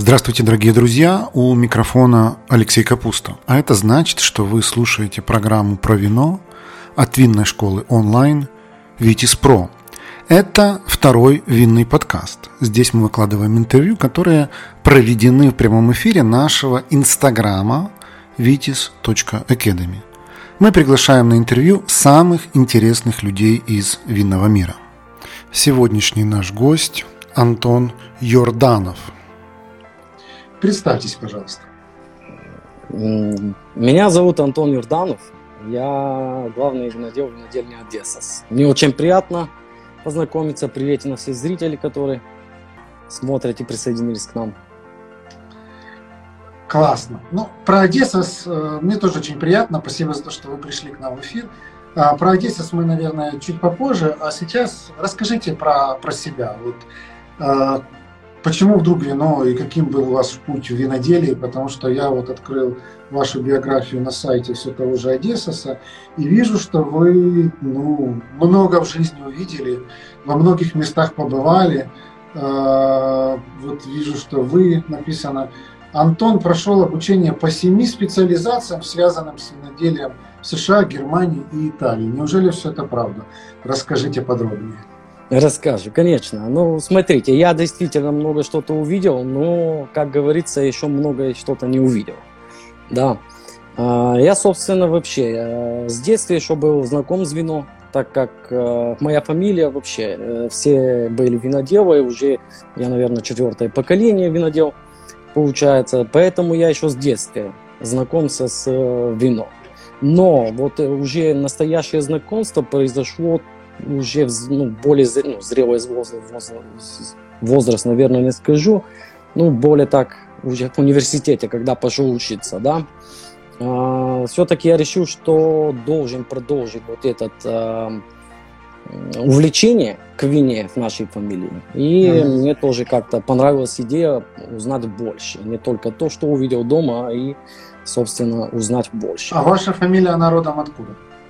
Здравствуйте, дорогие друзья! У микрофона Алексей Капуста. А это значит, что вы слушаете программу про вино от винной школы онлайн Vitis Pro. Это второй винный подкаст. Здесь мы выкладываем интервью, которые проведены в прямом эфире нашего инстаграма vitis.academy. Мы приглашаем на интервью самых интересных людей из винного мира. Сегодняшний наш гость Антон Йорданов. Представьтесь, пожалуйста. Меня зовут Антон Йорданов. Я главный винодел винодельни Одессас. Мне очень приятно познакомиться. Привет на всех зрителей, которые смотрят и присоединились к нам. Классно. Про Одессас мне тоже очень приятно. Спасибо за то, что вы пришли к нам в эфир. Про Одессас мы, наверное, чуть попозже. А сейчас расскажите про себя. Почему вдруг вино и каким был ваш путь в виноделии? Потому что я открыл вашу биографию на сайте все того же Одессаса и вижу, что вы много в жизни увидели, во многих местах побывали. Вижу, что вы, написано, Антон прошел обучение по 7 специализациям, связанным с виноделием в США, Германии и Италии. Неужели все это правда? Расскажите подробнее. Расскажу, конечно. Смотрите, я действительно много что-то увидел, но, как говорится, еще много что-то не увидел. Да. Я, собственно, вообще с детства еще был знаком с вином, так как моя фамилия вообще, все были виноделы, уже я, наверное, 4-е поколение винодел, получается, поэтому я еще с детства знакомился с вином. Но уже настоящее знакомство произошло уже более зрелый возраст, наверное, не скажу, более так уже в университете, когда пошел учиться, да. Все-таки я решил, что должен продолжить это увлечение к вине в нашей фамилии. И мне тоже как-то понравилась идея узнать больше, не только то, что увидел дома, и, собственно, узнать больше. А ваша фамилия, она родом откуда?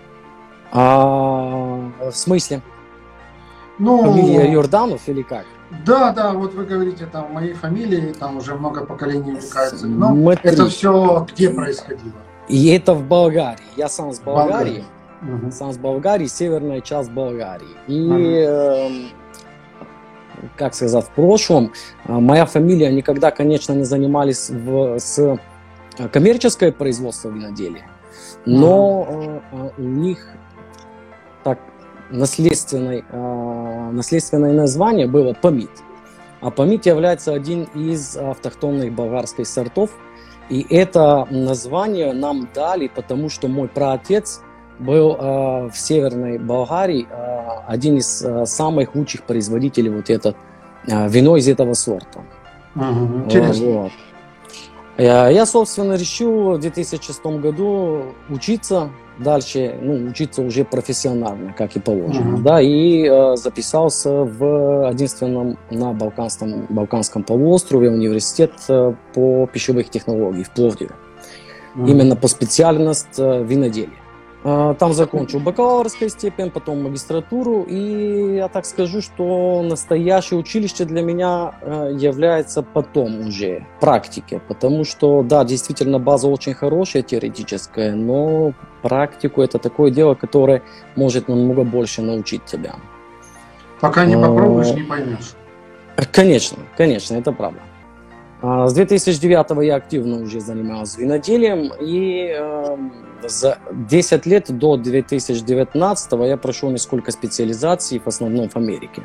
В смысле? Фамилия Йорданов или как? Да, вы говорите, там, моей фамилии, там уже много поколений увлекаются вином. Это все где происходило? И это в Болгарии. Я сам с Болгарии. Сам с Болгарии, северная часть Болгарии. И, как сказать, в прошлом моя фамилия никогда, конечно, не занимались с коммерческое производство виноделия. Но у них так наследственное название было Помит. А Помит является один из автохтонных болгарских сортов. И это название нам дали, потому что мой праотец был в Северной Болгарии один из самых лучших производителей вино из этого сорта. Интересно. Я, собственно, решил в 2006 году учиться дальше, учиться уже профессионально, как и положено, да, и записался в единственном на Балканском полуострове университет по пищевых технологиям в Пловдиве, именно по специальности виноделия. Там закончил бакалаврскую степень, потом магистратуру, и я так скажу, что настоящее училище для меня является потом уже практике, потому что, да, действительно база очень хорошая, теоретическая, но практику это такое дело, которое может намного больше научить тебя. Пока не попробуешь, не поймешь. Конечно, это правда. С 2009 я активно уже занимался виноделием, и за 10 лет до 2019 я прошел несколько специализаций, в основном в Америке.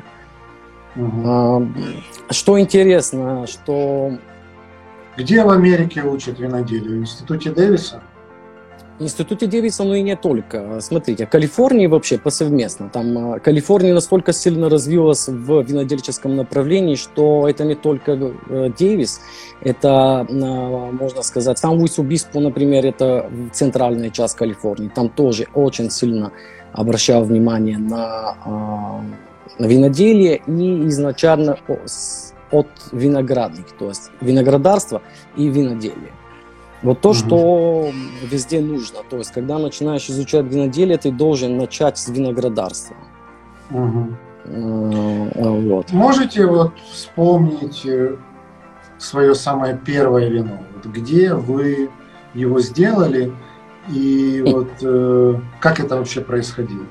Что интересно, что... Где в Америке учат виноделию? В институте Дэвиса? В институте Дэвиса, но и не только. Смотрите, Калифорния вообще повсеместно. Там Калифорния настолько сильно развилась в винодельческом направлении, что это не только Дэвис, это, можно сказать, Сан-Луис-Обисpo, например, это центральная часть Калифорнии. Там тоже очень сильно обращал внимание на виноделие и изначально от виноградник, то есть виноградарство и виноделие. То, что везде нужно. То есть, когда начинаешь изучать виноделие, ты должен начать с виноградарства. Можете вспомнить свое самое первое вино? Вот где вы его сделали и вот как это вообще происходило?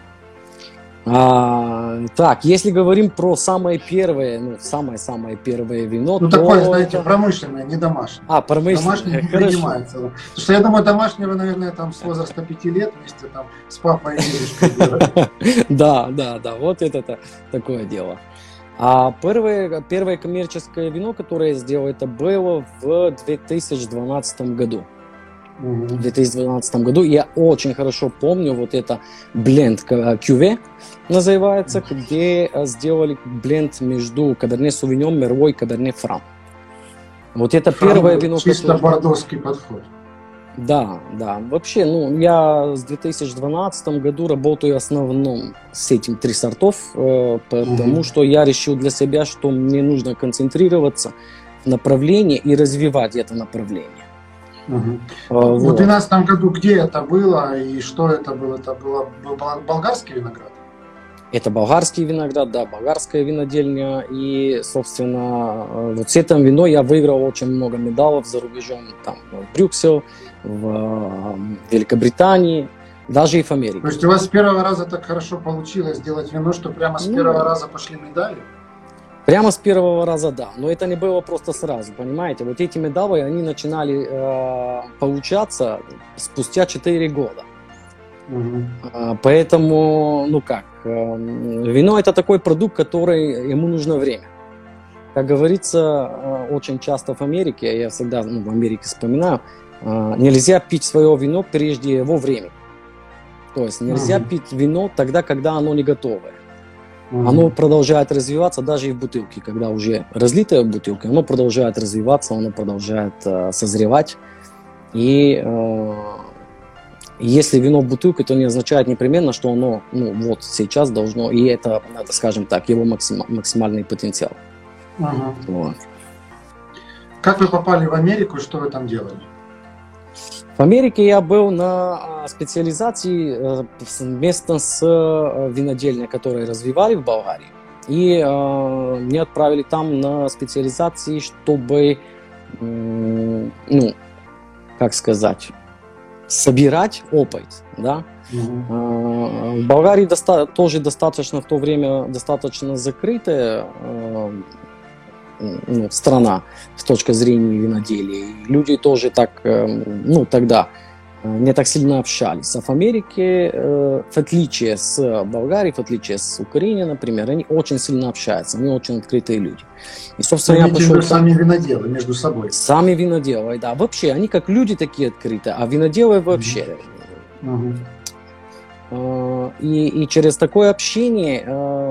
Так, если говорим про самое первое, ну, самое-самое первое вино, ну, то такое, знаете, промышленное, не домашнее. промышленное, домашнее не хорошо. принимается. Потому что я думаю, домашнее вы, наверное, там с возраста 5 лет вместе там с папой и дедушкой делали. Да, вот это такое дело. А первое коммерческое вино, которое я сделал, это было в 2012 году. В 2012 году я очень хорошо помню вот это бленд кюве называется, где сделали бленд между Каберне Сувиньон, Мерло и Каберне Фран. Вот это первое вино, чисто бордоский подход. Да. Вообще, ну, я с 2012 году работаю в основном с этим 3 сортов, потому что я решил для себя, что мне нужно концентрироваться в направлении и развивать это направление. В 2012 году где это было и что это было? Это был болгарский виноград? Это болгарский виноград, да, болгарская винодельня. И, собственно, вот с этим вино я выиграл очень много медалей за рубежом. Там, в Брюкселе, в Великобритании, даже и в Америке. То есть у вас с первого раза так хорошо получилось сделать вино, что прямо с первого раза пошли медали? Прямо с первого раза, да. Но это не было просто сразу, понимаете. Вот эти медали, они начинали получаться спустя 4 года. Поэтому, ну как, вино это такой продукт, который ему нужно время. Как говорится, очень часто в Америке, я всегда в Америке вспоминаю, нельзя пить свое вино прежде его времени. То есть нельзя пить вино тогда, когда оно не готовое. Оно продолжает развиваться даже и в бутылке, когда уже разлитое в бутылке, оно продолжает развиваться, оно продолжает созревать. И если вино в бутылке, то не означает непременно, что оно вот сейчас должно, и это, скажем так, его максимальный потенциал. Вот. Как вы попали в Америку и что вы там делали? В Америке я был на специализации совместно с винодельней, которые развивали в Болгарии. И меня отправили там на специализации, чтобы, как сказать, собирать опыт. Да? В Болгарии тоже достаточно в то время достаточно закрытая страна с точки зрения виноделия. И люди тоже так, тогда не так сильно общались. А в Америке, в отличие с Болгарией, в отличие с Украиной, например, они очень сильно общаются, они очень открытые люди. И, собственно, я пошел... Сами виноделы между собой. Сами виноделы, да. Вообще, они как люди такие открытые, а виноделы вообще. И через такое общение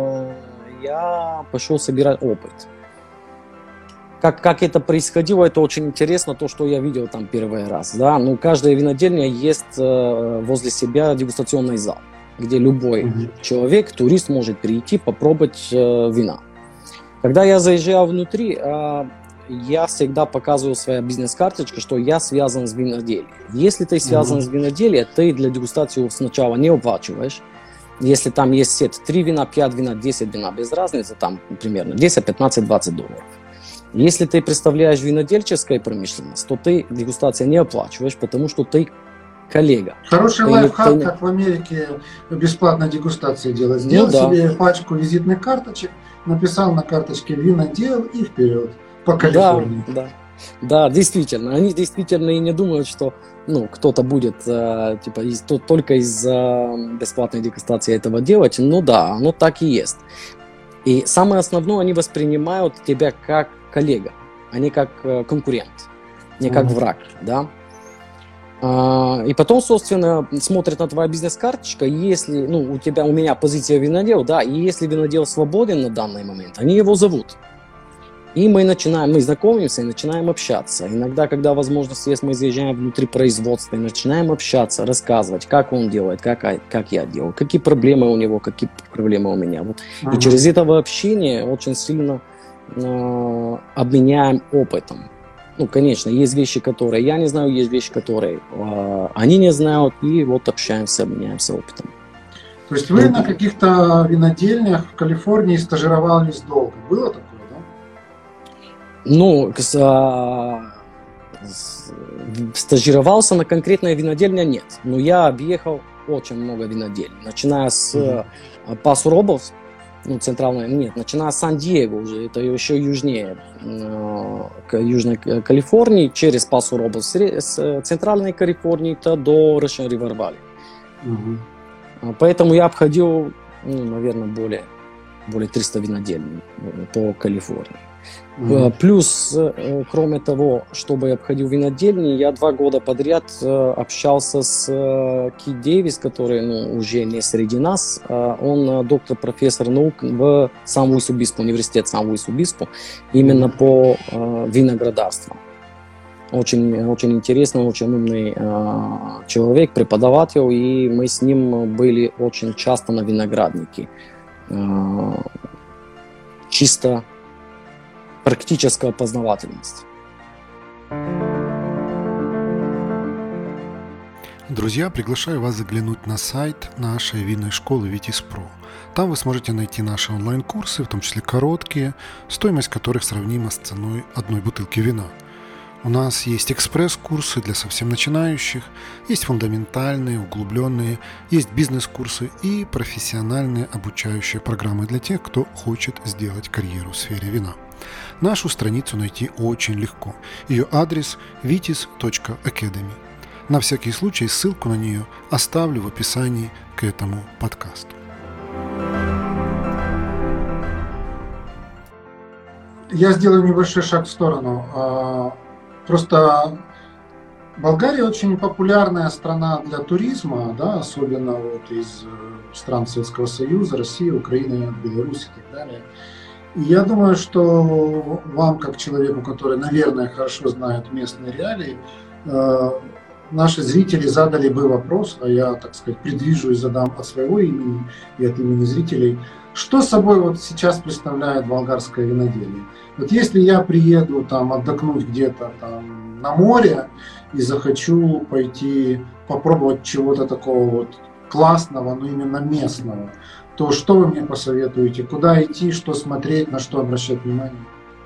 я пошел собирать опыт. Как это происходило, это очень интересно, то, что я видел там первый раз. Да? Ну, каждая винодельня есть возле себя дегустационный зал, где любой человек, турист может прийти, попробовать вина. Когда я заезжал внутри, я всегда показываю свою бизнес-карточку, что я связан с виноделием. Если ты связан с виноделием, ты для дегустации сначала не оплачиваешь. Если там есть сет 3 вина, 5 вина, 10 вина, без разницы, там примерно 10, 15, 20 долларов. Если ты представляешь винодельческую промышленность, то ты дегустацию не оплачиваешь, потому что ты коллега. Хороший лайфхак, как в Америке бесплатная дегустация делать. Сделал себе пачку визитных карточек, написал на карточке винодел и вперед по Калифорнии. Да, действительно. Они действительно и не думают, что кто-то будет только из-за бесплатной дегустации этого делать. Ну да, оно так и есть. И самое основное, они воспринимают тебя как коллега, а не как конкурент, не как враг, да. И потом, собственно, смотрят на твою бизнес-карточку, если, у меня позиция винодел, да, и если винодел свободен на данный момент, они его зовут. И мы знакомимся и начинаем общаться. Иногда, когда возможность есть, мы заезжаем внутри производства и начинаем общаться, рассказывать, как он делает, как я делаю, какие проблемы у него, какие проблемы у меня. Вот. И через этого общения очень сильно обменяем опытом. Конечно, есть вещи, которые я не знаю, есть вещи, которые они не знают, и вот общаемся, обменяемся опытом. То есть вы на каких-то винодельнях в Калифорнии стажировались долго? Было такое? Ну, стажировался на конкретное винодельня нет, но я объехал очень много винодельни, начиная с Пасо Робос, ну, центральная, нет, начиная с Сан-Диего уже, это еще южнее, Южной Калифорнии, через Пасо Робос, с центральной Калифорнии до Russian River Valley. Поэтому я обходил, ну, наверное, более 300 винодельни по Калифорнии. Плюс, кроме того, чтобы я обходил винодельни, я 2 года подряд общался с Кит Дэвис, который, ну, уже не среди нас. Он доктор-профессор наук в Сан-Луис-Обисpo, университет Сан-Луис-Обисpo, именно по виноградарству. Очень, очень интересный, очень умный человек, преподаватель, и мы с ним были очень часто на винограднике. Чисто практическая познавательность. Друзья, приглашаю вас заглянуть на сайт нашей винной школы Vitis Pro. Там вы сможете найти наши онлайн-курсы, в том числе короткие, стоимость которых сравнима с ценой одной бутылки вина. У нас есть экспресс-курсы для совсем начинающих, есть фундаментальные, углубленные, есть бизнес-курсы и профессиональные обучающие программы для тех, кто хочет сделать карьеру в сфере вина. Нашу страницу найти очень легко. Ее адрес vitis.academy. На всякий случай ссылку на нее оставлю в описании к этому подкасту. Я сделаю небольшой шаг в сторону. Просто Болгария очень популярная страна для туризма, да, особенно вот из стран Советского Союза, России, Украины, Беларуси и так далее. И я думаю, что вам, как человеку, который, наверное, хорошо знает местные реалии, наши зрители задали бы вопрос, а я, так сказать, предвижу и задам от своего имени и от имени зрителей, что собой вот сейчас представляет болгарское виноделие. Вот если я приеду там отдохнуть где-то там на море и захочу пойти попробовать чего-то такого вот классного, но именно местного, то что вы мне посоветуете? Куда идти, что смотреть, на что обращать внимание?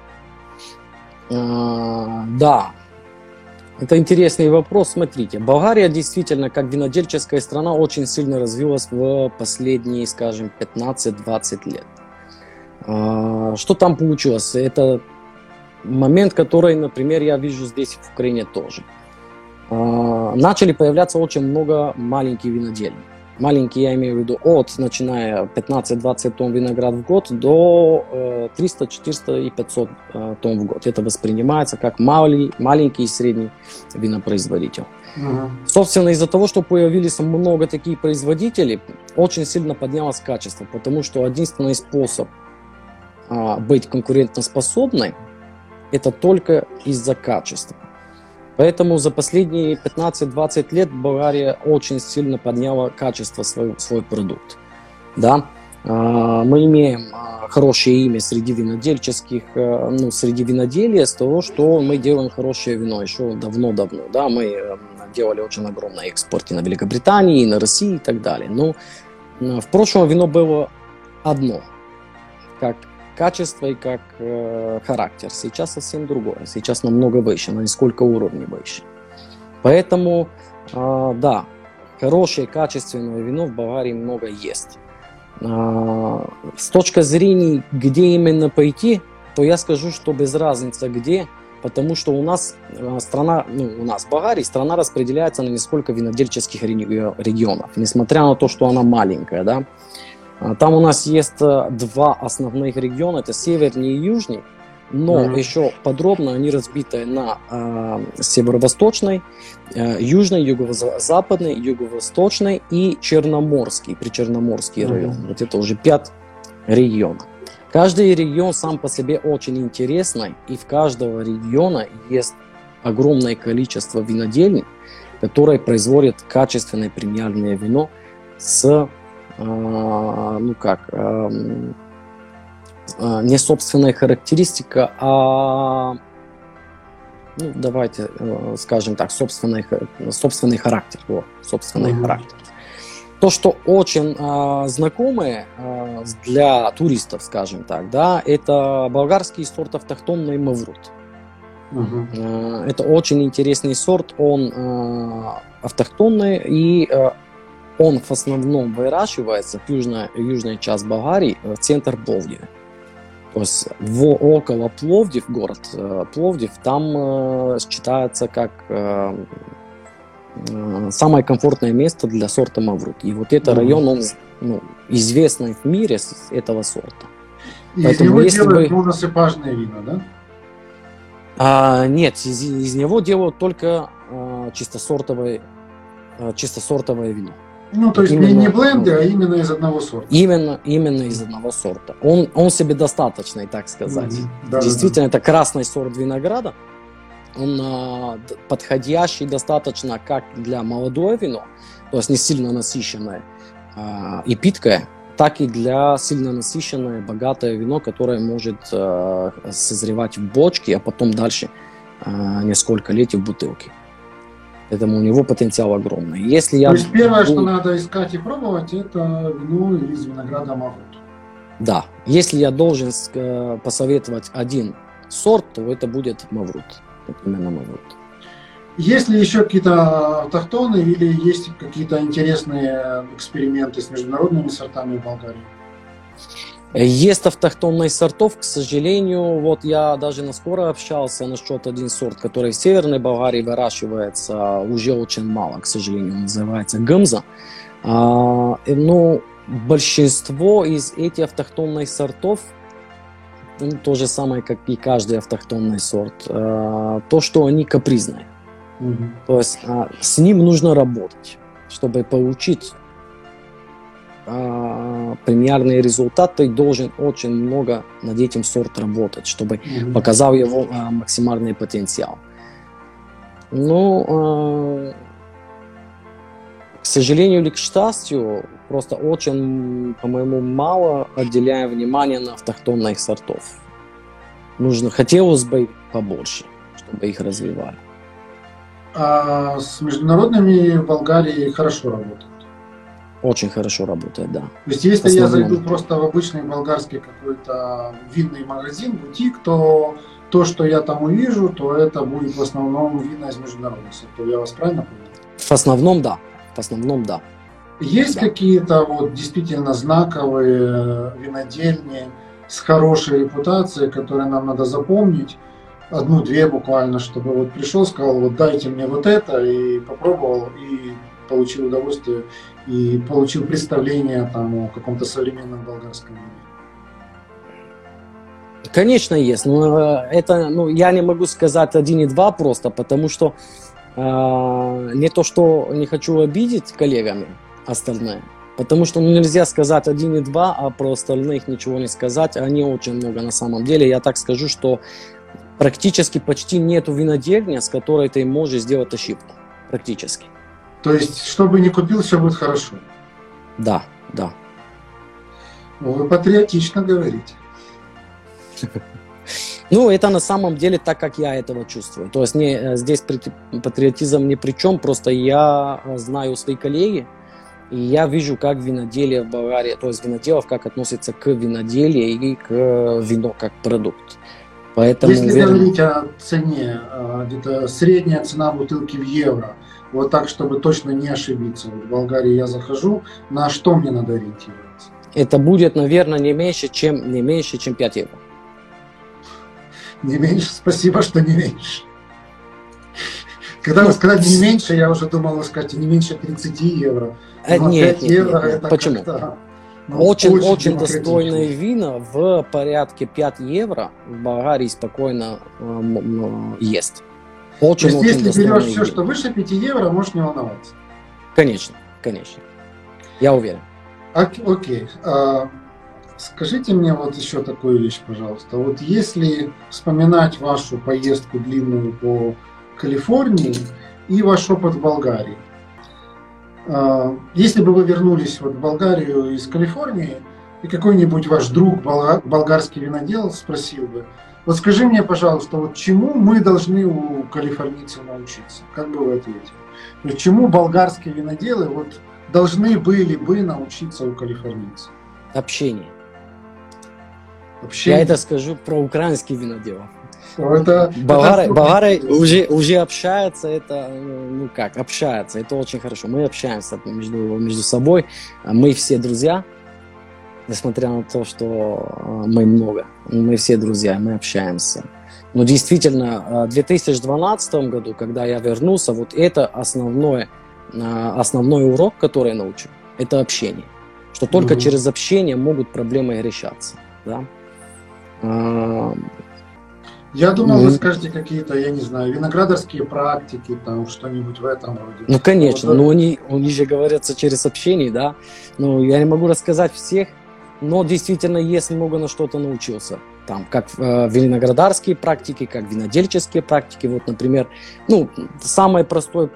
Да, это интересный вопрос. Смотрите, Болгария действительно, как винодельческая страна, очень сильно развилась в последние, скажем, 15-20 лет. Что там получилось? Это момент, который, например, я вижу здесь в Украине тоже. Начали появляться очень много маленьких винодельни. Маленькие, я имею в виду, начиная 15-20 тонн винограда в год до 300, 400 и 500 тонн в год. Это воспринимается как маленький и средний винопроизводитель. Собственно, из-за того, что появились много таких производителей, очень сильно поднялось качество, потому что единственный способ быть конкурентоспособной – это только из-за качества. Поэтому за последние 15-20 лет Болгария очень сильно подняла качество свой продукт. Да? Мы имеем хорошее имя среди винодельческих, среди виноделия с того, что мы делаем хорошее вино еще давно-давно. Да? Мы делали очень огромный экспорт и на Великобритании, и на России и так далее. Но в прошлом вино было одно, как качество и как характер. Сейчас совсем другое. Сейчас намного выше, на несколько уровней выше. Поэтому, да, хорошее качественное вино в Болгарии много есть. С точки зрения, где именно пойти, то я скажу, что без разницы где, потому что у нас страна, у нас в Болгарии страна распределяется на несколько винодельческих регионов, несмотря на то, что она маленькая, да. Там у нас есть 2 основных региона, это северный и южный, но еще подробно они разбиты на северо-восточный, южный, юго-западный, юго-восточный и черноморский, причерноморский район. Вот это уже 5 регионов. Каждый регион сам по себе очень интересный, и в каждого региона есть огромное количество винодельни, которые производят качественное премиальное вино с не собственная характеристика, а давайте скажем так, собственный характер. Характер. То, что очень знакомое для туристов, скажем так, да, это болгарский сорт автохтонный Маврут. Это очень интересный сорт, он автохтонный, и он в основном выращивается в южной части Болгарии, в центр Пловдива. То есть около Пловдив, город Пловдив, там считается как самое комфортное место для сорта Маврут. И вот этот район, он известный в мире с этого сорта. И поэтому, из него делают моносепажные вина, да? Нет, из него делают только чистосортовое вино. Ну, то есть именно, не бленды, а именно из одного сорта. Именно из одного сорта. Он себе достаточный, так сказать. Да, действительно, это красный сорт винограда. Он подходящий достаточно как для молодое вино, то есть не сильно насыщенное и питкое, так и для сильно насыщенное, богатое вино, которое может созревать в бочке, а потом дальше несколько лет в бутылке. Поэтому у него потенциал огромный. То есть первое, что надо искать и пробовать, это вино из винограда Маврут. Да. Если я должен посоветовать один сорт, то это будет Маврут. Именно Маврут. Есть ли еще какие-то автохтоны или есть какие-то интересные эксперименты с международными сортами в Болгарии? Есть автохтонные сортов, к сожалению. Вот я даже наскоро общался насчет один сорт, который в Северной Болгарии выращивается уже очень мало, к сожалению, называется Гымза. Но большинство из этих автохтонных сортов, то же самое, как и каждый автохтонный сорт, то, что они капризные. То есть с ним нужно работать, чтобы получить премиальные результаты, должен очень много над этим сорт работать, чтобы показал его максимальный потенциал. Но, к сожалению или к счастью, просто очень, по-моему, мало отделяем внимания на автохтонных сортов. Хотелось бы побольше, чтобы их развивали. А с международными в Болгарии хорошо работают? Очень хорошо работает, да. То есть, если я зайду просто в обычный болгарский какой-то винный магазин, бутик, то что я там увижу, то это будет в основном вина из международных сортов. Я вас правильно понял? В основном, да. Есть какие-то вот действительно знаковые винодельни с хорошей репутацией, которые нам надо запомнить? Одну-две буквально, чтобы вот пришел, сказал, вот дайте мне вот это, и попробовал, и получил удовольствие, и получил представление там о каком-то современном болгарском вине. Конечно, есть. Но это, я не могу сказать один и два просто, потому что не то, что не хочу обидеть коллегами остальные, потому что нельзя сказать один и два, а про остальных ничего не сказать. Они очень много на самом деле. Я так скажу, что практически почти нету винодельни, с которой ты можешь сделать ошибку. Практически. То есть, что бы ни купил, все будет хорошо? Да. Вы патриотично говорите. Это на самом деле так, как я этого чувствую. То есть здесь патриотизм ни при чем, просто я знаю свои коллеги, и я вижу, как виноделие в Болгарии, то есть виноделов, как относятся к виноделию и к вину как продукт. Поэтому, если говорить о цене, где-то средняя цена бутылки в евро, вот так, чтобы точно не ошибиться. Вот в Болгарии я захожу, на что мне надо ориентироваться? Это будет, наверное, не меньше, чем 5 евро. Не меньше? Спасибо, что не меньше. Когда вы сказали не меньше, я уже думал, вы скажете не меньше 30 евро. Нет, это почему? Очень достойные вина в порядке 5 евро в Болгарии спокойно есть. То есть, если берешь все, что выше 5 евро, можешь не волноваться. Конечно. Я уверен. Окей. Скажите мне вот еще такую вещь, пожалуйста. Вот если вспоминать вашу поездку длинную по Калифорнии и ваш опыт в Болгарии. Если бы вы вернулись вот в Болгарию из Калифорнии, и какой-нибудь ваш друг, болгарский винодел, спросил бы, вот скажи мне, пожалуйста, вот чему мы должны у калифорнийцев научиться? Как бы вы ответили? То есть чему болгарские виноделы вот должны были бы научиться у калифорнийцев? Общение. Я это скажу про украинских виноделов. Болгары уже общаются, это, ну как, общаются, это очень хорошо. Мы общаемся между собой, мы все друзья, несмотря на то, что мы много, мы все друзья, мы общаемся. Но действительно, в 2012 году, когда я вернулся, вот это основной урок, который я научил, это общение. Что только через общение могут проблемы решаться. Да? Я думал, вы скажете какие-то, я не знаю, виноградарские практики, там что-нибудь в этом роде. Ну, конечно, но они же говорятся через общение, да. Ну, я не могу рассказать всех, но действительно есть много на что-то научился. Там, как виноградарские практики, как винодельческие практики. Вот, например, ну, самый простой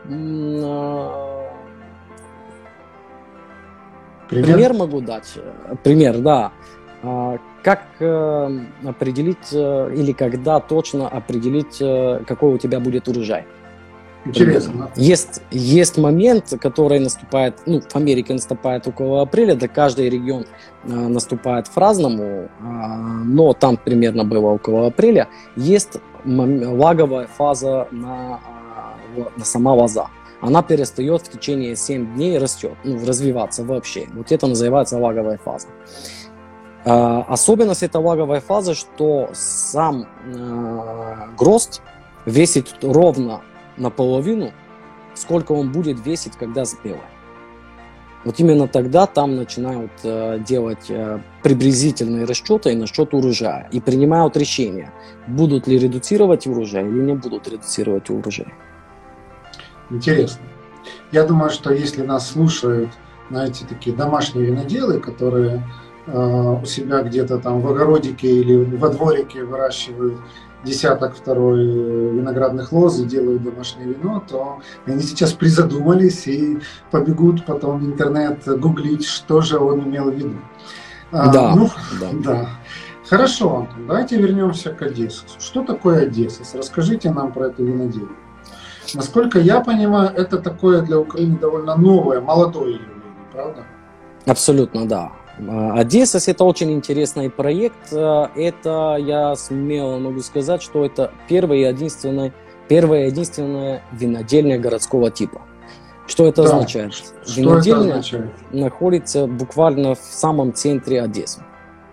пример могу дать. Пример, да. Как определить или когда точно определить, какой у тебя будет урожай? Интересно. Есть момент, который наступает, ну, в Америке наступает около апреля, да каждый регион наступает по-разному, но там примерно было около апреля. Есть лаговая фаза на сама лоза. Она перестает в течение 7 дней растет, ну, развиваться вообще. Вот это называется лаговая фаза. Особенность этой лаговой фазы, что сам грозд весит ровно наполовину, сколько он будет весить, когда спелый. Вот именно тогда там начинают делать приблизительные расчеты насчет урожая и принимают решения, будут ли редуцировать урожай или не будут редуцировать урожай. Интересно. Я думаю, что если нас слушают, знаете, такие домашние виноделы, которые у себя где-то там в огородике или во дворике выращивают десяток второй виноградных лоз и делают домашнее вино, то они сейчас призадумались и побегут потом в интернет гуглить, что же он имел в виду. Да. Хорошо, Антон, давайте вернемся к Одессу. Что такое Одесса? Расскажите нам про это виноделие. Насколько я понимаю, это такое для Украины довольно новое, молодое явление, правда? Абсолютно, да. Одесса – это очень интересный проект. Это, я смело могу сказать, что это первая и единственная винодельня городского типа. Что это означает? Винодельня находится буквально в самом центре Одессы.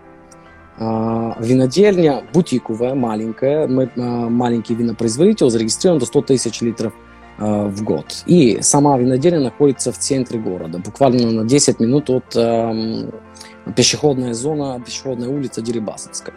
Винодельня бутиковая, маленькая. Мы маленький винопроизводитель, зарегистрирован до 100 тысяч литров в год. И сама винодельня находится в центре города, буквально на 10 минут от пешеходной улицы Дерибасовской.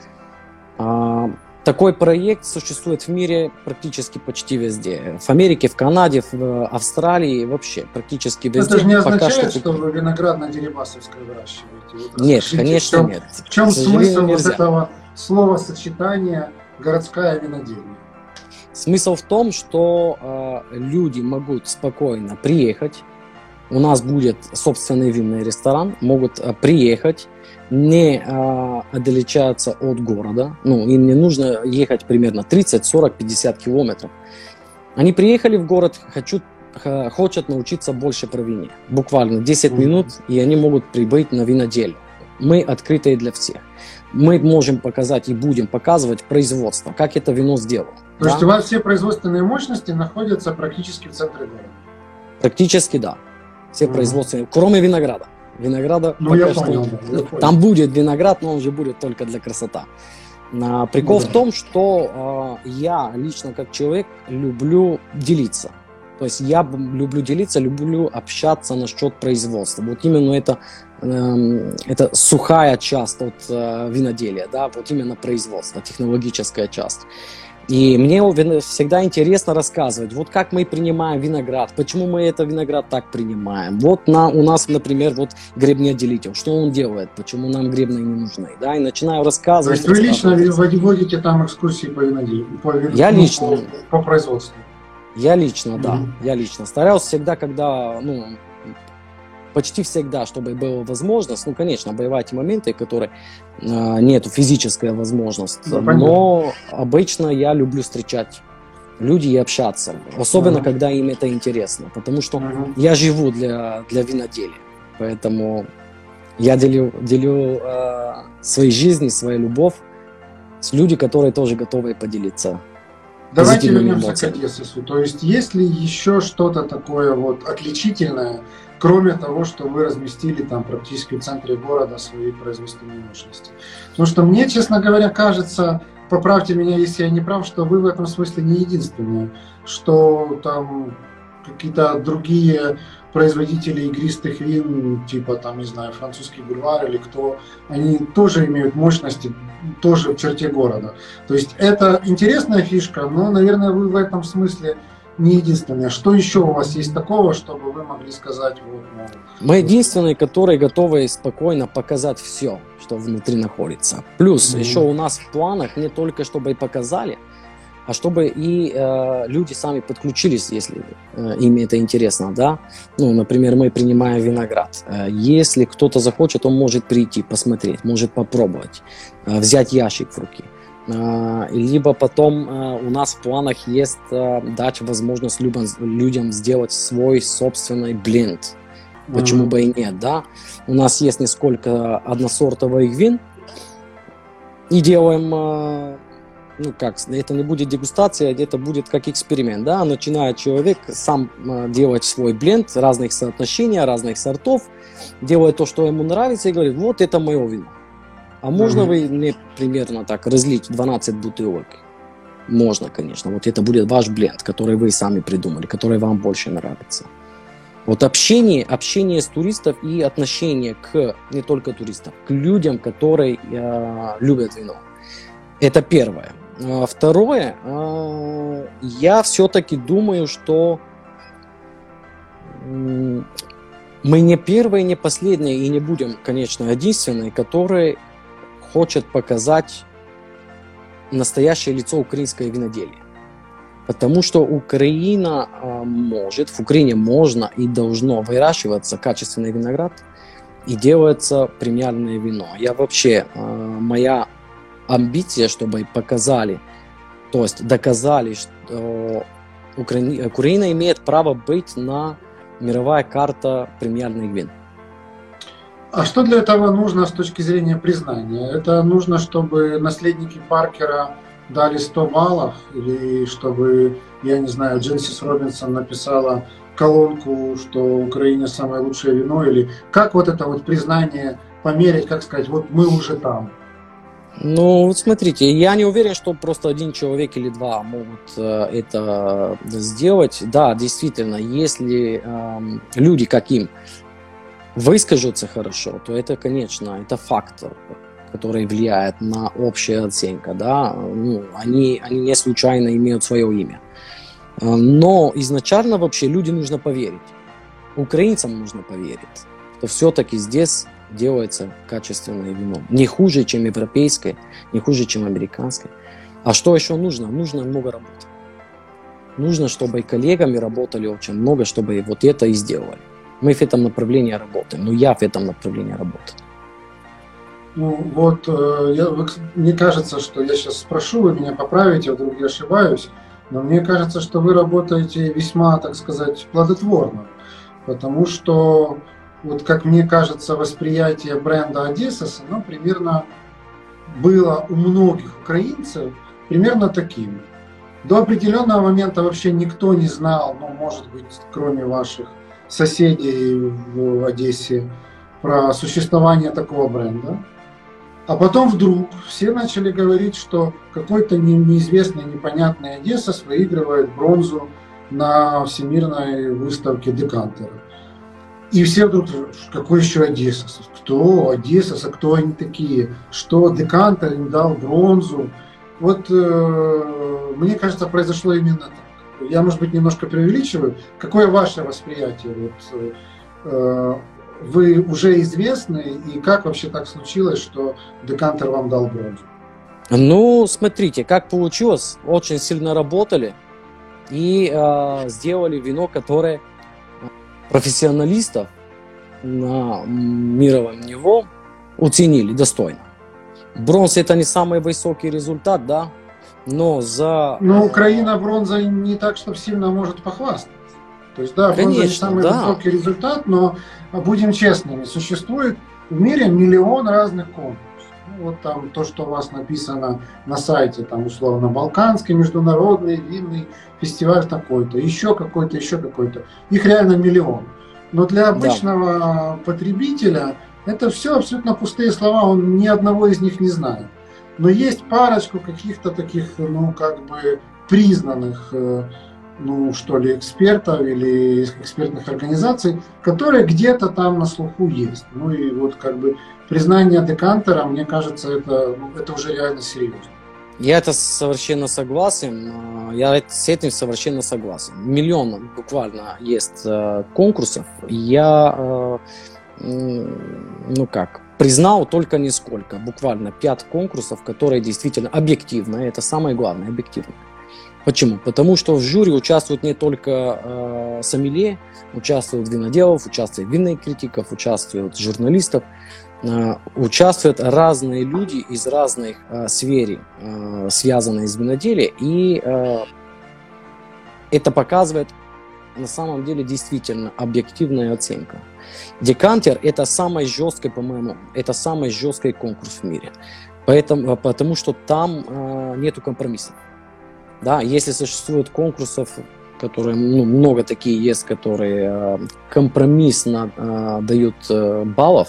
Такой проект существует в мире практически почти везде. В Америке, в Канаде, в Австралии, вообще практически везде. Это же не означает, что вы виноград на Дерибасовской выращиваете? Вот нет, конечно, нет. В чем смысл вот этого словосочетания «городская винодельня»? Смысл в том, что люди могут спокойно приехать. У нас будет собственный винный ресторан, могут приехать, не отличаться от города. Ну, им не нужно ехать примерно 30, 40, 50 километров. Они приехали в город, хотят научиться больше про вине. Буквально 10 минут, и они могут прибыть на виноделие. Мы открыты для всех. Мы можем показать и будем показывать производство, как это вино сделано. То есть у вас все производственные мощности находятся практически в центре города? Практически, да. Все производственные, кроме винограда. Винограда я понял. Там будет виноград, но он же будет только для красоты. Прикол в том, что я лично как человек люблю делиться. То есть я люблю делиться, люблю общаться насчет производства. Вот именно это сухая часть от виноделия, да, вот именно производство, технологическая часть. И мне всегда интересно рассказывать, вот как мы принимаем виноград, почему мы этот виноград так принимаем. Вот у нас, например, вот гребнеотделитель, что он делает, почему нам гребни не нужны, да, и начинаю рассказывать. То есть вы лично водите там экскурсии по виноделию? Я лично. По производству? Я лично, да, я лично. Старался всегда, когда, почти всегда, чтобы была возможность, конечно, бывают моменты, которые нету физической возможности, но обычно я люблю встречать люди и общаться. Особенно, когда им это интересно. Потому что я живу для виноделия. Поэтому я делю своей жизни, свою любовь с людьми, которые тоже готовы поделиться. Давайте вернемся к Одессусу. То есть есть ли еще что-то такое вот отличительное, кроме того, что вы разместили там практически в центре города свои производственные мощности? Потому что мне, честно говоря, кажется, поправьте меня, если я не прав, что вы в этом смысле не единственные, что там какие-то другие производители игристых вин, типа там, не знаю, французский бульвар или кто, они тоже имеют мощности, тоже в черте города. То есть это интересная фишка, но, наверное, вы в этом смысле не единственные. Что еще у вас есть такого, чтобы вы могли сказать? Вот, мы единственные, которые готовы спокойно показать все, что внутри находится. Плюс еще у нас в планах не только чтобы и показали, а чтобы и люди сами подключились, если им это интересно, да. Ну, например, мы принимаем виноград. Если кто-то захочет, он может прийти, посмотреть, может попробовать, взять ящик в руки. Либо потом у нас в планах есть дать возможность людям сделать свой собственный бленд. Почему бы и нет, да? У нас есть несколько односортовых вин, и делаем... Ну как, это не будет дегустация, это будет как эксперимент, да, начинает человек сам делать свой бленд разных соотношений, разных сортов, делает то, что ему нравится и говорит, вот это мое вино. А можно вы мне примерно так разлить 12 бутылок? Можно, конечно, вот это будет ваш бленд, который вы сами придумали, который вам больше нравится. Вот общение с туристов и отношение к, не только туристам, к людям, которые любят вино. Это первое. Второе, я все-таки думаю, что мы не первые, не последние и не будем, конечно, единственные, которые хотят показать настоящее лицо украинского виноделия. Потому что Украина может, в Украине можно и должно выращиваться качественный виноград и делается премиальное вино. Моя амбиция, чтобы показали, то есть доказали, что Украина имеет право быть на мировая карта премиальных вин. А что для этого нужно с точки зрения признания? Это нужно, чтобы наследники Паркера дали 100 баллов, или чтобы, я не знаю, Дженсис Робинсон написала колонку, что Украина самое лучшее вино, или как вот это вот признание померить, как сказать, вот мы уже там? Ну, вот смотрите, я не уверен, что просто один человек или два могут это сделать. Да, действительно, если люди каким выскажутся хорошо, то это, конечно, это фактор, который влияет на общую оценку. Да? Ну, они не случайно имеют свое имя. Но изначально вообще людям нужно поверить. Украинцам нужно поверить, что все-таки здесь делается качественное вино. Не хуже, чем европейское, не хуже, чем американское. А что еще нужно? Нужно много работы. Нужно, чтобы и коллегами работали очень много, чтобы вот это и сделали. Мы в этом направлении работаем. Но я в этом направлении работаю. Ну вот, мне кажется, что я сейчас спрошу, вы меня поправите, вдруг я ошибаюсь, но мне кажется, что вы работаете весьма, так сказать, плодотворно. Потому что вот как мне кажется, восприятие бренда Одессус, оно примерно было у многих украинцев примерно таким. До определенного момента вообще никто не знал, ну, может быть, кроме ваших соседей в Одессе, про существование такого бренда. А потом вдруг все начали говорить, что какой-то неизвестный, непонятный Одессус выигрывает бронзу на всемирной выставке декантера. И все вдруг, какой еще Одессус? Кто Одессус? А кто они такие? Что декантер им дал бронзу? Вот мне кажется, произошло именно так. Я, может быть, немножко преувеличиваю. Какое ваше восприятие? Вот, вы уже известны, и как вообще так случилось, что декантер вам дал бронзу? Ну, смотрите, как получилось. Очень сильно работали и сделали вино, которое профессионалистов на мировом niveau оценили достойно. Бронза — это не самый высокий результат, да, Но Украина бронзой не так, чтобы сильно может похвастаться. То есть, да, бронза не самый высокий результат, но будем честными, существует в мире миллион разных конкурсов. Вот там то, что у вас написано на сайте, там условно Балканский международный винный фестиваль такой-то, еще какой-то. Их реально миллион. Но для обычного потребителя это все абсолютно пустые слова, он ни одного из них не знает. Но есть парочку каких-то таких, признанных, экспертов или экспертных организаций, которые где-то там на слуху есть. И признание декантера, мне кажется, это уже реально серьезно. Я это совершенно согласен. Я с этим совершенно согласен. Миллион буквально есть конкурсов. Я, признал только несколько. Буквально 5 конкурсов, которые действительно объективно. Это самое главное, объективно. Почему? Потому что в жюри участвуют не только сомелье, участвуют виноделов, участвуют винных критиков, участвуют журналистов. Участвуют разные люди из разных сфер, связанные с виноделием, и это показывает на самом деле действительно объективная оценка. Декантер – это самый жесткий, по-моему, это самый жесткий конкурс в мире, потому что там нету компромиссов. Да, если существуют конкурсов, которые, много такие есть, которые компромиссно дают баллов,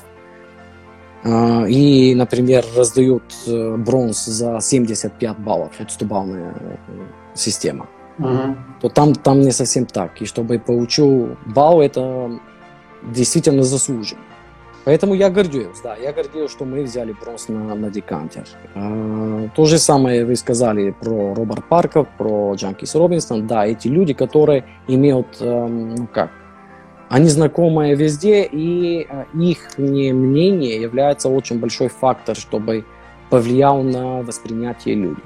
и, например, раздают бронз за 75 баллов, вот 100-баллная система, то там не совсем так. И чтобы получил балл, это действительно заслуженно. Поэтому я гордеюсь, что мы взяли бронз на декантер. То же самое вы сказали про Роберт Паркер, про Джанкис Робинсон. Да, эти люди, которые имеют, они знакомые везде, и их мнение является очень большой фактор, чтобы повлиял на восприятие людей.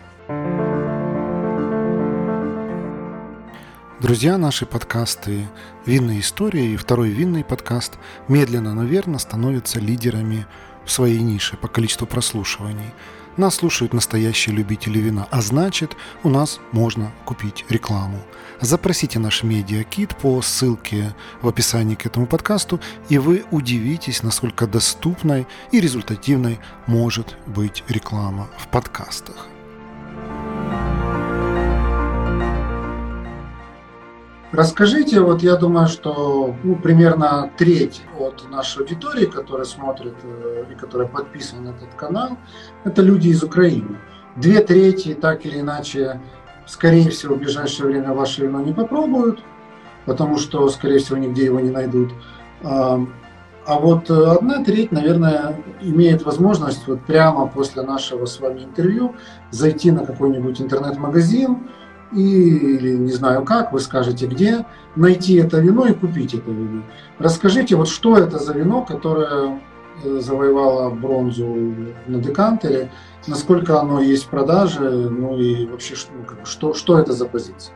Друзья, наши подкасты «Винные истории» и второй винный подкаст медленно, но верно становятся лидерами в своей нише по количеству прослушиваний. Нас слушают настоящие любители вина, а значит, у нас можно купить рекламу. Запросите наш медиакит по ссылке в описании к этому подкасту, и вы удивитесь, насколько доступной и результативной может быть реклама в подкастах. Расскажите, я думаю, что примерно треть от нашей аудитории, которая смотрит и которая подписана на этот канал, это люди из Украины. 2/3 так или иначе, скорее всего, в ближайшее время ваше вино не попробуют, потому что, скорее всего, нигде его не найдут. А 1/3, наверное, имеет возможность прямо после нашего с вами интервью зайти на какой-нибудь интернет-магазин, или не знаю как, вы скажете где, найти это вино и купить это вино. Расскажите, что это за вино, которое завоевало бронзу на декантере, насколько оно есть в продаже, и вообще, что это за позиция?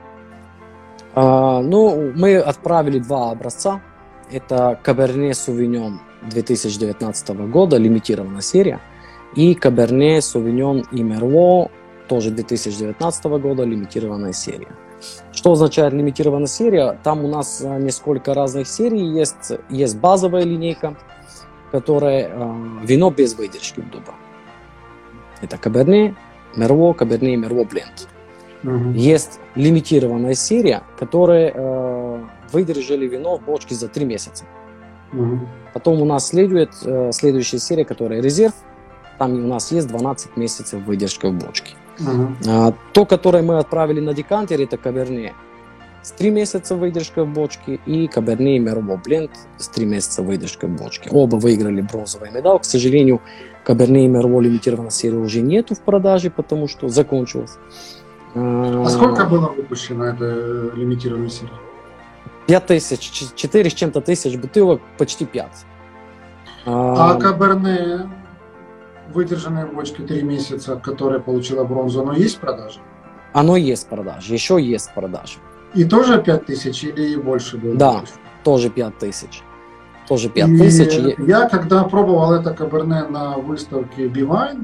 Мы отправили 2 образца. Это Cabernet Sauvignon 2019 года, лимитированная серия, и Cabernet Sauvignon и Merlot тоже 2019 года, лимитированная серия. Что означает лимитированная серия? Там у нас несколько разных серий есть. Есть базовая линейка, которая вино без выдержки в дуба. Это Cabernet, Merlot, Cabernet и Merlot Blend. Есть лимитированная серия, которая выдержали вино в бочке за 3 месяца. Потом у нас следует следующая серия, которая резерв. Там у нас есть 12 месяцев выдержки в бочке. То, которое мы отправили на декантер, это Cabernet с 3 месяца выдержкой в бочке, и Cabernet Merlot Blend с 3 месяца выдержкой в бочке. Оба выиграли бронзовый медаль. К сожалению, Cabernet Merlot лимитированной серии уже нету в продаже, потому что закончилась. А сколько было выпущено этой лимитированной серии? 5000, 4 с чем-то тысяч бутылок, почти 5. А Cabernet, выдержанная в бочке 3 месяца, которая получила бронзу, оно есть в продаже? Оно есть в продаже, еще есть в продаже. И тоже 5000 или больше было? Да, тоже 5000. Тоже 5000. Я когда пробовал это Cabernet на выставке BeWine,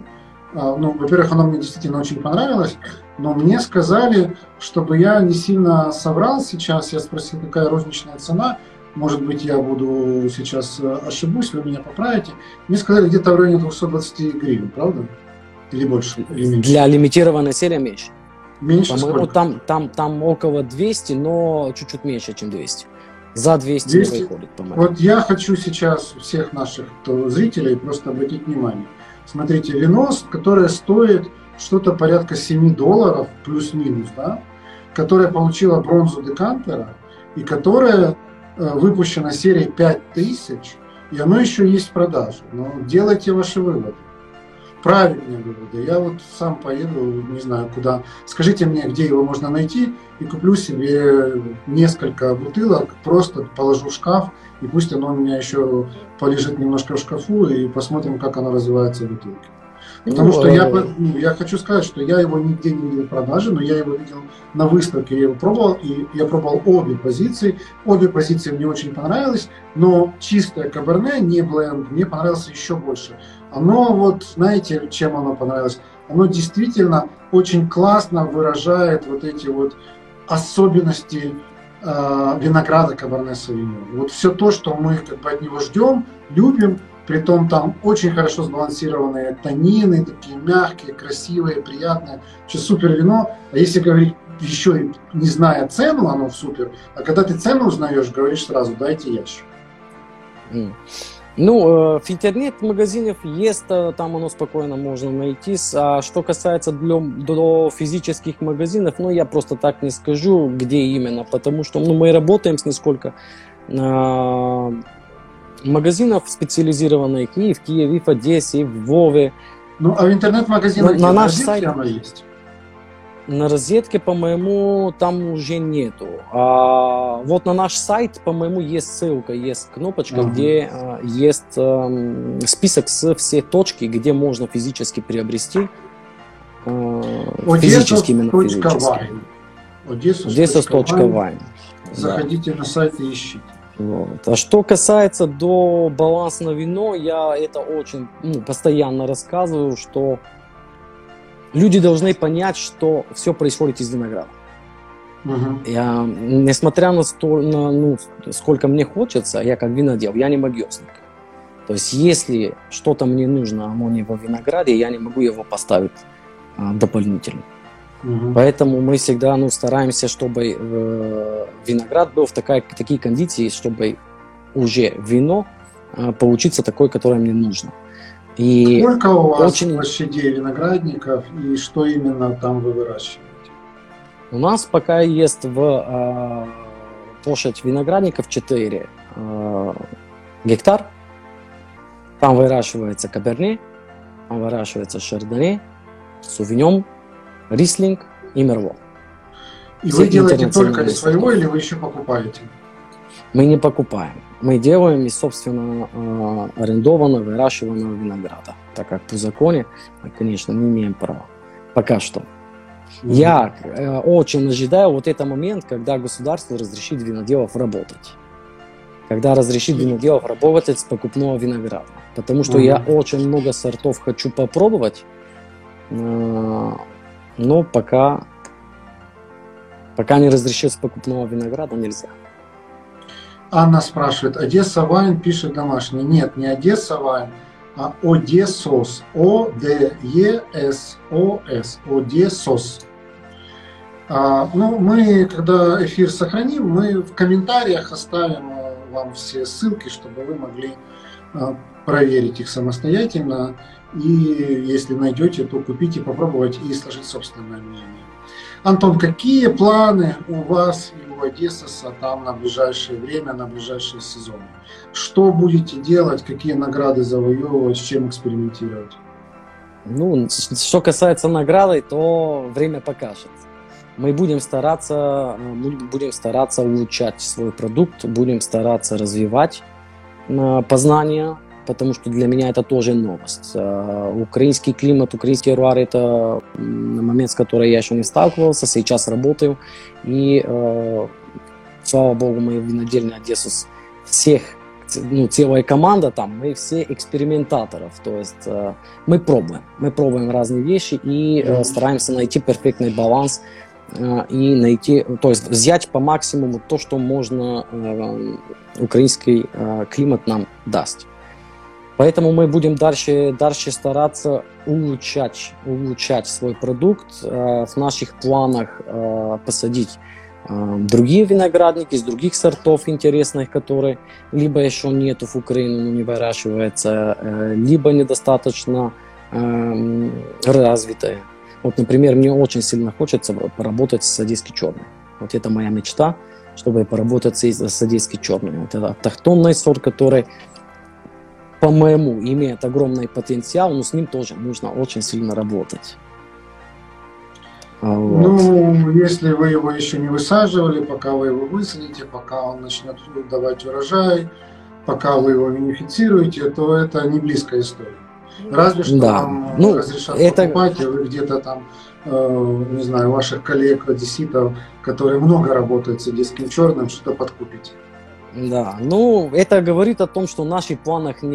Ну, во-первых, оно мне действительно очень понравилось, но мне сказали, чтобы я не сильно соврал сейчас. Я спросил, какая розничная цена. Может быть, я буду сейчас ошибусь, вы меня поправите. Мне сказали, где-то в районе 220 гривен, правда? Или больше, или меньше? Для лимитированной серии меньше. Меньше По-моему, сколько? там около 200, но чуть-чуть меньше, чем 200. За 200 не 200. выходит, по-моему. Вот я хочу сейчас всех наших зрителей просто обратить внимание. Смотрите, вино, которое стоит что-то порядка $7, плюс-минус, да, которое получило бронзу декантера и которое выпущено серией 5000, и оно еще есть в продаже. Но делайте ваши выводы. Правильные выводы. Я вот сам поеду, не знаю куда. Скажите мне, где его можно найти, и куплю себе несколько бутылок, просто положу в шкаф, и пусть оно у меня еще полежит немножко в шкафу, и посмотрим, как оно развивается в бутылке. Потому что я хочу сказать, что я его нигде не видел в продаже, но я его видел на выставке, я его пробовал, и я пробовал обе позиции. Обе позиции мне очень понравились, но чистое каберне, не бленд, мне понравилось еще больше. Оно вот, знаете, чем оно понравилось? Оно действительно очень классно выражает вот эти вот особенности винограда Каберне Савиньон. Вот все то, что мы как бы от него ждем, любим, притом там очень хорошо сбалансированные танины, такие мягкие, красивые, приятные. Вообще супер вино. А если говорить еще и не зная цену, оно супер. А когда ты цену узнаешь, говоришь сразу, дайте ящик. Ну, в интернет-магазинах есть, там оно спокойно можно найти. А что касается до физических магазинов, ну, я просто так не скажу, где именно, потому что мы работаем с несколько магазинов специализированных и в Киеве, и в Одессе, и в Львове. Ну, а в интернет-магазинах на наш сайт оно есть? На розетке, по-моему, там уже нету. А вот на наш сайт, по-моему, есть ссылка, есть кнопочка, где есть список с все точки, где можно физически приобрести. Физически именно физически. Odessos.wine. Заходите на сайт и ищите. Вот. А что касается до баланса на вино, я это очень постоянно рассказываю, что люди должны понять, что все происходит из винограда. Я, несмотря на сколько мне хочется, я как винодел, я не магиосник. То есть, если что-то мне нужно, оно не во винограде, я не могу его поставить дополнительно. Поэтому мы всегда стараемся, чтобы виноград был в такие кондиции, чтобы уже вино получится такое, которое мне нужно. И сколько у вас площадей виноградников и что именно там вы выращиваете? У нас пока есть площадь виноградников 4 гектар. Там выращивается каберне, там выращивается шардоне, сувиньон, рислинг и мерлот. И вы делаете только из своего или вы еще покупаете? Мы не покупаем. Мы делаем из собственно арендованного, выращиваемого винограда. Так как по закону мы, конечно, не имеем права. Пока что. Я очень ожидаю вот этот момент, когда государство разрешит виноделов работать. Когда разрешит виноделов работать с покупного винограда. Потому что я очень много сортов хочу попробовать, но пока не разрешит с покупного винограда, нельзя. Анна спрашивает, Одесса Вайн пишет домашний. Нет, не Одесса Вайн, а Одессос. О-Д-Е-С-О-С. Одессос. Мы, когда эфир сохраним, мы в комментариях оставим вам все ссылки, чтобы вы могли проверить их самостоятельно. И если найдете, то купите, попробовать и сложить собственное мнение. Антон, какие планы у вас и у Одессоса там на ближайшее время, на ближайшие сезоны? Что будете делать, какие награды завоевывать, с чем экспериментировать? Что касается награды, то время покажет. Мы будем стараться улучшать свой продукт, будем стараться развивать познания, потому что для меня это тоже новость. Украинский климат, украинский теруар – это момент, с которым я еще не сталкивался, сейчас работаю. И, слава богу, мои винодельни Одессос всех целая команда там, мы все экспериментаторов, то есть мы пробуем разные вещи и стараемся найти перфектный баланс и найти, то есть взять по максимуму то, что можно украинский климат нам даст. Поэтому мы будем дальше стараться улучшать свой продукт. В наших планах посадить другие виноградники из других сортов интересных, которые либо еще нету в Украине, но не выращиваются, либо недостаточно развитые. Вот, например, мне очень сильно хочется поработать с одесский черный. Вот это моя мечта, чтобы поработать с одесский черный. Это автохтонный сорт, который, по-моему, имеет огромный потенциал, но с ним тоже нужно очень сильно работать. Вот. Ну, если вы его еще не высаживали, пока вы его высадите, пока он начнет давать урожай, пока вы его винифицируете, то это не близкая история. Разве что вам разрешат покупать, и вы где-то там, не знаю, ваших коллег, одесситов, которые много работают с одесским черным, что-то подкупите. Да, ну, это говорит о том, что в наших планах в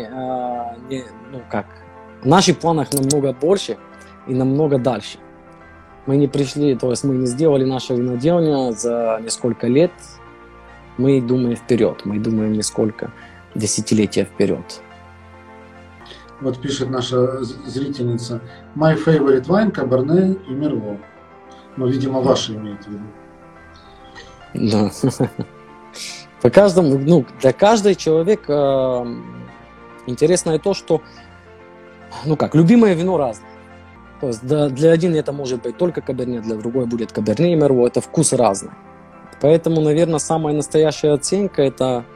наших планах намного больше и намного дальше. Мы не пришли, то есть мы не сделали наше виноделие за несколько лет, мы думаем вперед, мы думаем несколько десятилетия вперед. Вот пишет наша зрительница: My favorite wine, Cabernet и Merlot. Ну, видимо, ваши имеете в виду. Да. По каждому, для каждого человека интересно то, что, любимое вино разное. То есть для один это может быть только Каберне, для другой будет Каберне и Мерло. Это вкус разный. Поэтому, наверное, самая настоящая оценка – это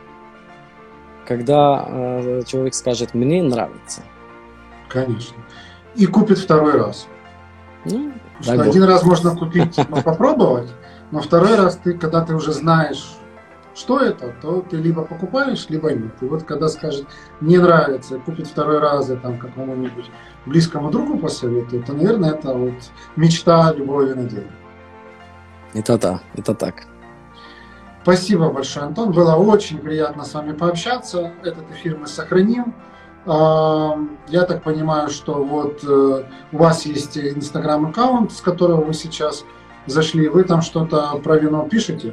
когда человек скажет «мне нравится». Конечно. И купит второй раз. Что один раз можно купить, попробовать, но второй раз когда ты уже знаешь, что это, то ты либо покупаешь, либо нет. И вот когда скажет «мне нравится», и купит второй раз, и там какому-нибудь близкому другу посоветует, то, наверное, это вот мечта любого виноделия. Это так. Спасибо большое, Антон. Было очень приятно с вами пообщаться. Этот эфир мы сохраним. Я так понимаю, что вот у вас есть Инстаграм-аккаунт, с которого вы сейчас зашли. Вы там что-то про вино пишете?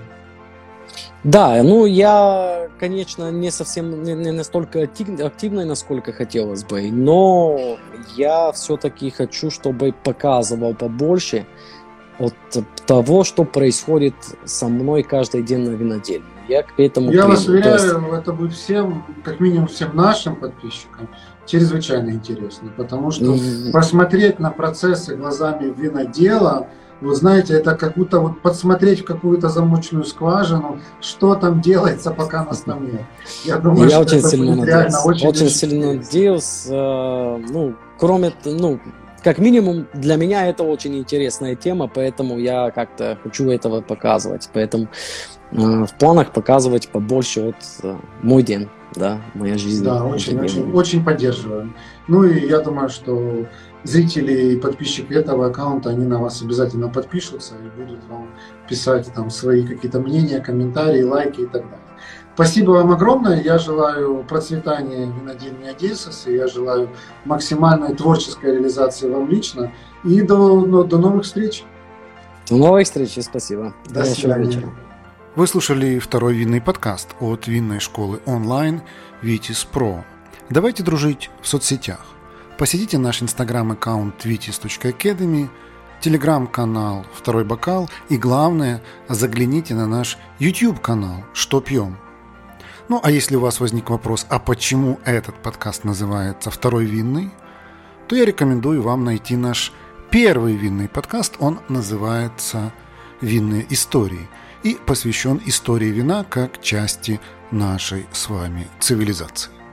Да, я, конечно, не совсем не настолько активный, насколько хотелось бы, но я все-таки хочу, чтобы показывал побольше от того, что происходит со мной каждый день на виноделии. Я к этому Я вас уверяю, это будет всем, как минимум всем нашим подписчикам, чрезвычайно интересно, потому что посмотреть на процессы глазами винодела, вы знаете, это как будто вот подсмотреть в какую-то замочную скважину, что там делается, пока нас там нет. Я думаю, я что очень это сильно будет реально очень сильно надеюсь. Кроме, как минимум, для меня это очень интересная тема, поэтому я как-то хочу этого показывать. Поэтому в планах показывать побольше мой день, да, моя жизнь. Да, очень поддерживаю. Ну и я думаю, что зрители и подписчики этого аккаунта, они на вас обязательно подпишутся и будут вам писать там свои какие-то мнения, комментарии, лайки и так далее. Спасибо вам огромное. Я желаю процветания винодельни Одессос, и я желаю максимальной творческой реализации вам лично. И до новых встреч. До новых встреч и спасибо. До свидания. Вы слушали второй винный подкаст от винной школы онлайн Vitis Pro. Давайте дружить в соцсетях. Посетите наш инстаграм-аккаунт vitis.academy, телеграм-канал «Второй бокал» и, главное, загляните на наш YouTube-канал «Что пьем?». Ну, а если у вас возник вопрос, а почему этот подкаст называется «Второй винный?», то я рекомендую вам найти наш первый винный подкаст. Он называется «Винные истории» и посвящен истории вина как части нашей с вами цивилизации.